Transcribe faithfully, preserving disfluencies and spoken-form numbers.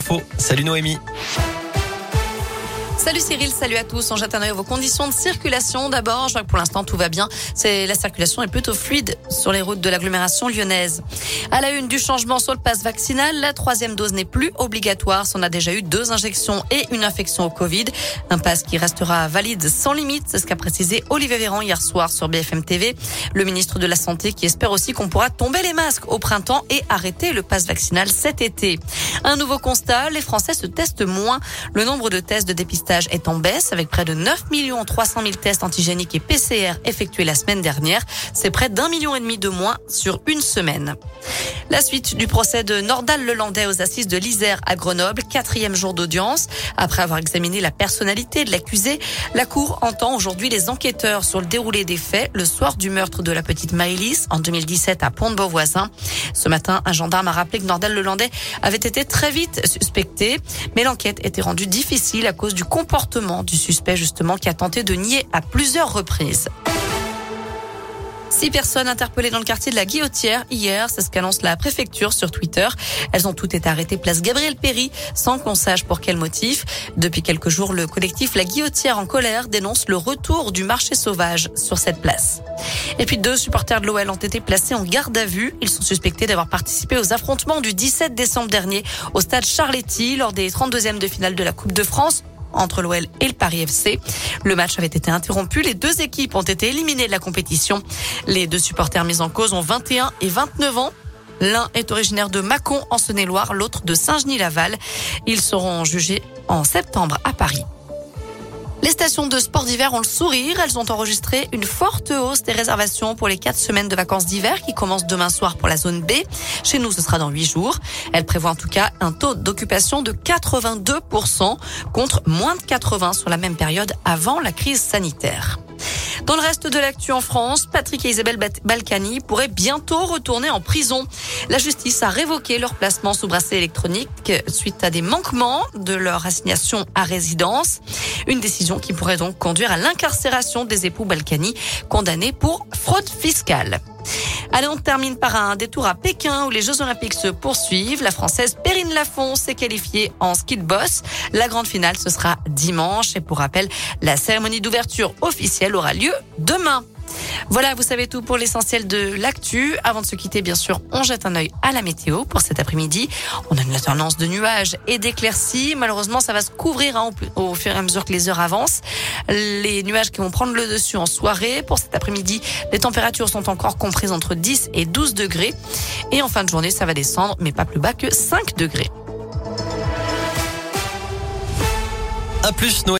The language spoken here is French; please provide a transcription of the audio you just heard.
l'info. Salut Noémie. Salut Cyril, salut à tous. On jette un œil à vos conditions de circulation. D'abord, je vois que pour l'instant tout va bien. C'est, la circulation est plutôt fluide sur les routes de l'agglomération lyonnaise. À la une du changement sur le pass vaccinal, la troisième dose n'est plus obligatoire si on a déjà eu deux injections et une infection au Covid. Un pass qui restera valide sans limite, c'est ce qu'a précisé Olivier Véran hier soir sur B F M T V. Le ministre de la Santé qui espère aussi qu'on pourra tomber les masques au printemps et arrêter le pass vaccinal cet été. Un nouveau constat, les Français se testent moins. Le nombre de tests de dépistage est en baisse avec près de neuf millions trois cent mille tests antigéniques et P C R effectués la semaine dernière. C'est près d'un million et demi de moins sur une semaine. La suite du procès de Nordal Lelandais aux assises de l'Isère à Grenoble, quatrième jour d'audience. Après avoir examiné la personnalité de l'accusé, la Cour entend aujourd'hui les enquêteurs sur le déroulé des faits le soir du meurtre de la petite Maëlys en deux mille dix-sept à Pont-de-Beauvoisin. Ce matin, un gendarme a rappelé que Nordal Lelandais avait été très vite suspecté, mais l'enquête était rendue difficile à cause du comportement du suspect justement qui a tenté de nier à plusieurs reprises. Six personnes interpellées dans le quartier de la Guillotière hier, c'est ce qu'annonce la préfecture sur Twitter. Elles ont toutes été arrêtées place Gabriel Péry sans qu'on sache pour quel motif. Depuis quelques jours, le collectif La Guillotière en colère dénonce le retour du marché sauvage sur cette place. Et puis deux supporters de l'O L ont été placés en garde à vue. Ils sont suspectés d'avoir participé aux affrontements du dix-sept décembre dernier au stade Charletti lors des trente-deuxièmes de finale de la Coupe de France entre l'O L et le Paris F C. Le match avait été interrompu. Les deux équipes ont été éliminées de la compétition. Les deux supporters mis en cause ont vingt et un et vingt-neuf ans. L'un est originaire de Mâcon en Saône-et-Loire, l'autre de Saint-Genis-Laval. Ils seront jugés en septembre à Paris. Les stations de sport d'hiver ont le sourire. Elles ont enregistré une forte hausse des réservations pour les quatre semaines de vacances d'hiver qui commencent demain soir pour la zone B. Chez nous, ce sera dans huit jours. Elles prévoient en tout cas un taux d'occupation de quatre-vingt-deux pour cent contre moins de quatre-vingts sur la même période avant la crise sanitaire. Dans le reste de l'actu en France, Patrick et Isabelle Balkany pourraient bientôt retourner en prison. La justice a révoqué leur placement sous bracelet électronique suite à des manquements de leur assignation à résidence. Une décision qui pourrait donc conduire à l'incarcération des époux Balkany condamnés pour fraude fiscale. Allez, on termine par un détour à Pékin où les Jeux Olympiques se poursuivent. La Française Perrine Lafont s'est qualifiée en ski de boss. La grande finale, ce sera dimanche. Et pour rappel, la cérémonie d'ouverture officielle aura lieu demain. Voilà, vous savez tout pour l'essentiel de l'actu. Avant de se quitter, bien sûr, on jette un œil à la météo pour cet après-midi. On a une alternance de nuages et d'éclaircies. Malheureusement, ça va se couvrir hein, au, au fur et à mesure que les heures avancent. Les nuages qui vont prendre le dessus en soirée. Pour cet après-midi, les températures sont encore comprises entre dix et douze degrés. Et en fin de journée, ça va descendre, mais pas plus bas que cinq degrés. À plus, Noémie.